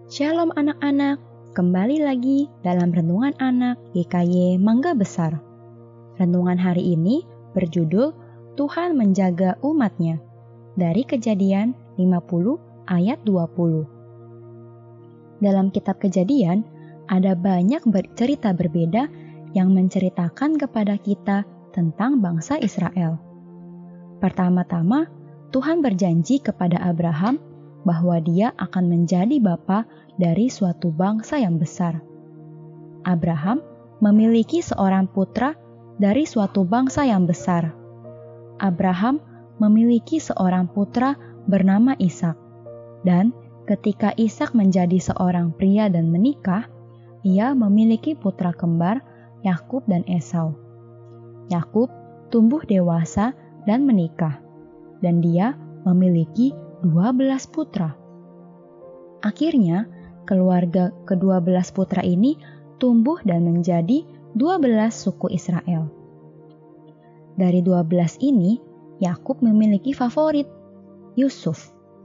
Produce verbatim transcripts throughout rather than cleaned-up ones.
Shalom anak-anak, kembali lagi dalam Renungan Anak G K Y Mangga Besar. Renungan hari ini berjudul Tuhan Menjaga Umat-Nya dari Kejadian lima puluh ayat dua puluh. Dalam kitab Kejadian, ada banyak cerita berbeda yang menceritakan kepada kita tentang bangsa Israel. Pertama-tama, Tuhan berjanji kepada Abraham bahwa dia akan menjadi bapa dari suatu bangsa yang besar. Abraham memiliki seorang putra dari suatu bangsa yang besar. Abraham memiliki seorang putra bernama Ishak, dan ketika Ishak menjadi seorang pria dan menikah, ia memiliki putra kembar Yakub dan Esau. Yakub tumbuh dewasa dan menikah, dan dia memiliki dua belas putra. Akhirnya, keluarga kedua belas putra ini tumbuh dan menjadi dua belas suku Israel. Dari dua belas ini, Yakub memiliki favorit, Yusuf.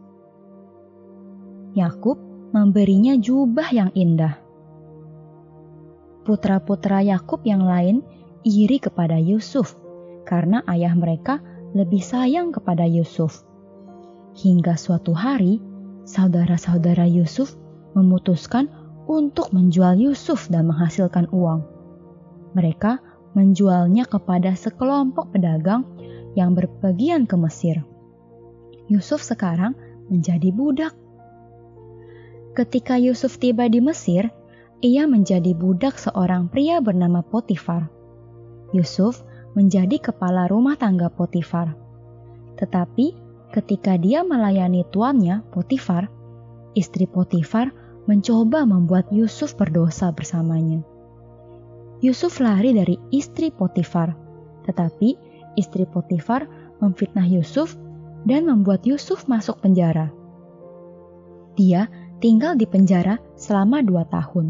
Yakub memberinya jubah yang indah. Putra-putra Yakub yang lain iri kepada Yusuf karena ayah mereka lebih sayang kepada Yusuf. Hingga suatu hari, saudara-saudara Yusuf memutuskan untuk menjual Yusuf dan menghasilkan uang. Mereka menjualnya kepada sekelompok pedagang yang berpergian ke Mesir. Yusuf sekarang menjadi budak. Ketika Yusuf tiba di Mesir, ia menjadi budak seorang pria bernama Potifar. Yusuf menjadi kepala rumah tangga Potifar. Tetapi ketika dia melayani tuannya, Potifar, istri Potifar mencoba membuat Yusuf berdosa bersamanya. Yusuf lari dari istri Potifar, tetapi istri Potifar memfitnah Yusuf dan membuat Yusuf masuk penjara. Dia tinggal di penjara selama dua tahun.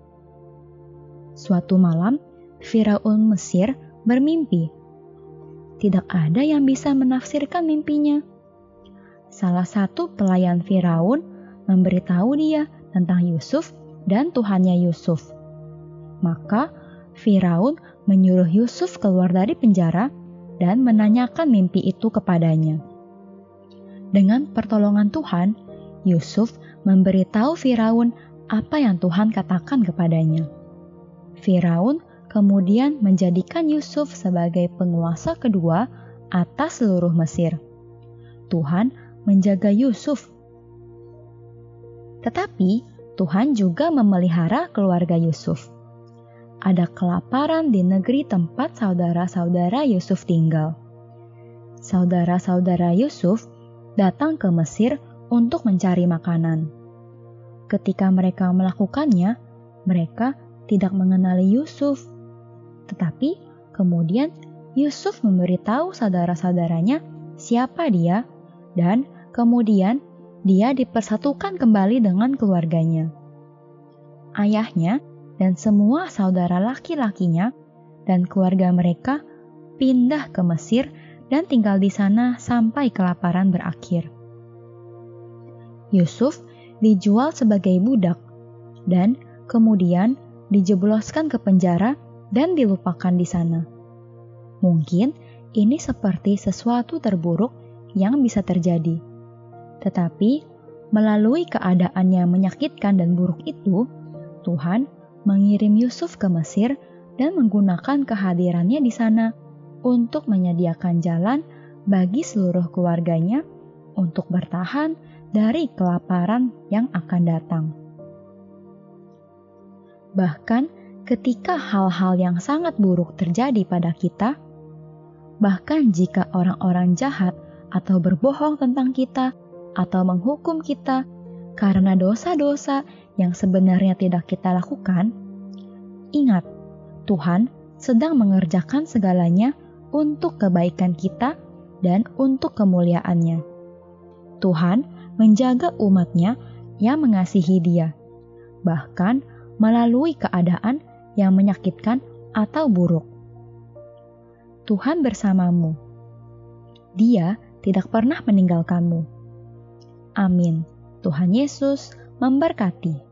Suatu malam, Firaun Mesir bermimpi. Tidak ada yang bisa menafsirkan mimpinya. Salah satu pelayan Firaun memberitahu dia tentang Yusuf dan tuhannya Yusuf. Maka Firaun menyuruh Yusuf keluar dari penjara dan menanyakan mimpi itu kepadanya. Dengan pertolongan Tuhan, Yusuf memberitahu Firaun apa yang Tuhan katakan kepadanya. Firaun kemudian menjadikan Yusuf sebagai penguasa kedua atas seluruh Mesir. Tuhan menjaga Yusuf. Tetapi Tuhan juga memelihara keluarga Yusuf. Ada kelaparan di negeri tempat saudara-saudara Yusuf tinggal. Saudara-saudara Yusuf datang ke Mesir untuk mencari makanan. Ketika mereka melakukannya, mereka tidak mengenali Yusuf. Tetapi kemudian Yusuf memberitahu saudara-saudaranya siapa dia, dan kemudian dia dipersatukan kembali dengan keluarganya. Ayahnya dan semua saudara laki-lakinya dan keluarga mereka pindah ke Mesir dan tinggal di sana sampai kelaparan berakhir. Yusuf dijual sebagai budak dan kemudian dijebloskan ke penjara dan dilupakan di sana. Mungkin ini seperti sesuatu terburuk yang bisa terjadi. Tetapi melalui keadaan yang menyakitkan dan buruk itu, Tuhan mengirim Yusuf ke Mesir dan menggunakan kehadirannya di sana untuk menyediakan jalan bagi seluruh keluarganya untuk bertahan dari kelaparan yang akan datang. Bahkan ketika hal-hal yang sangat buruk terjadi pada kita, bahkan jika orang-orang jahat atau berbohong tentang kita atau menghukum kita karena dosa-dosa yang sebenarnya tidak kita lakukan, ingat, Tuhan sedang mengerjakan segalanya untuk kebaikan kita dan untuk kemuliaan-Nya. Tuhan menjaga umat-Nya yang mengasihi Dia, bahkan melalui keadaan yang menyakitkan atau buruk. Tuhan bersamamu. Dia tidak pernah meninggalkanmu. Amin. Tuhan Yesus memberkati.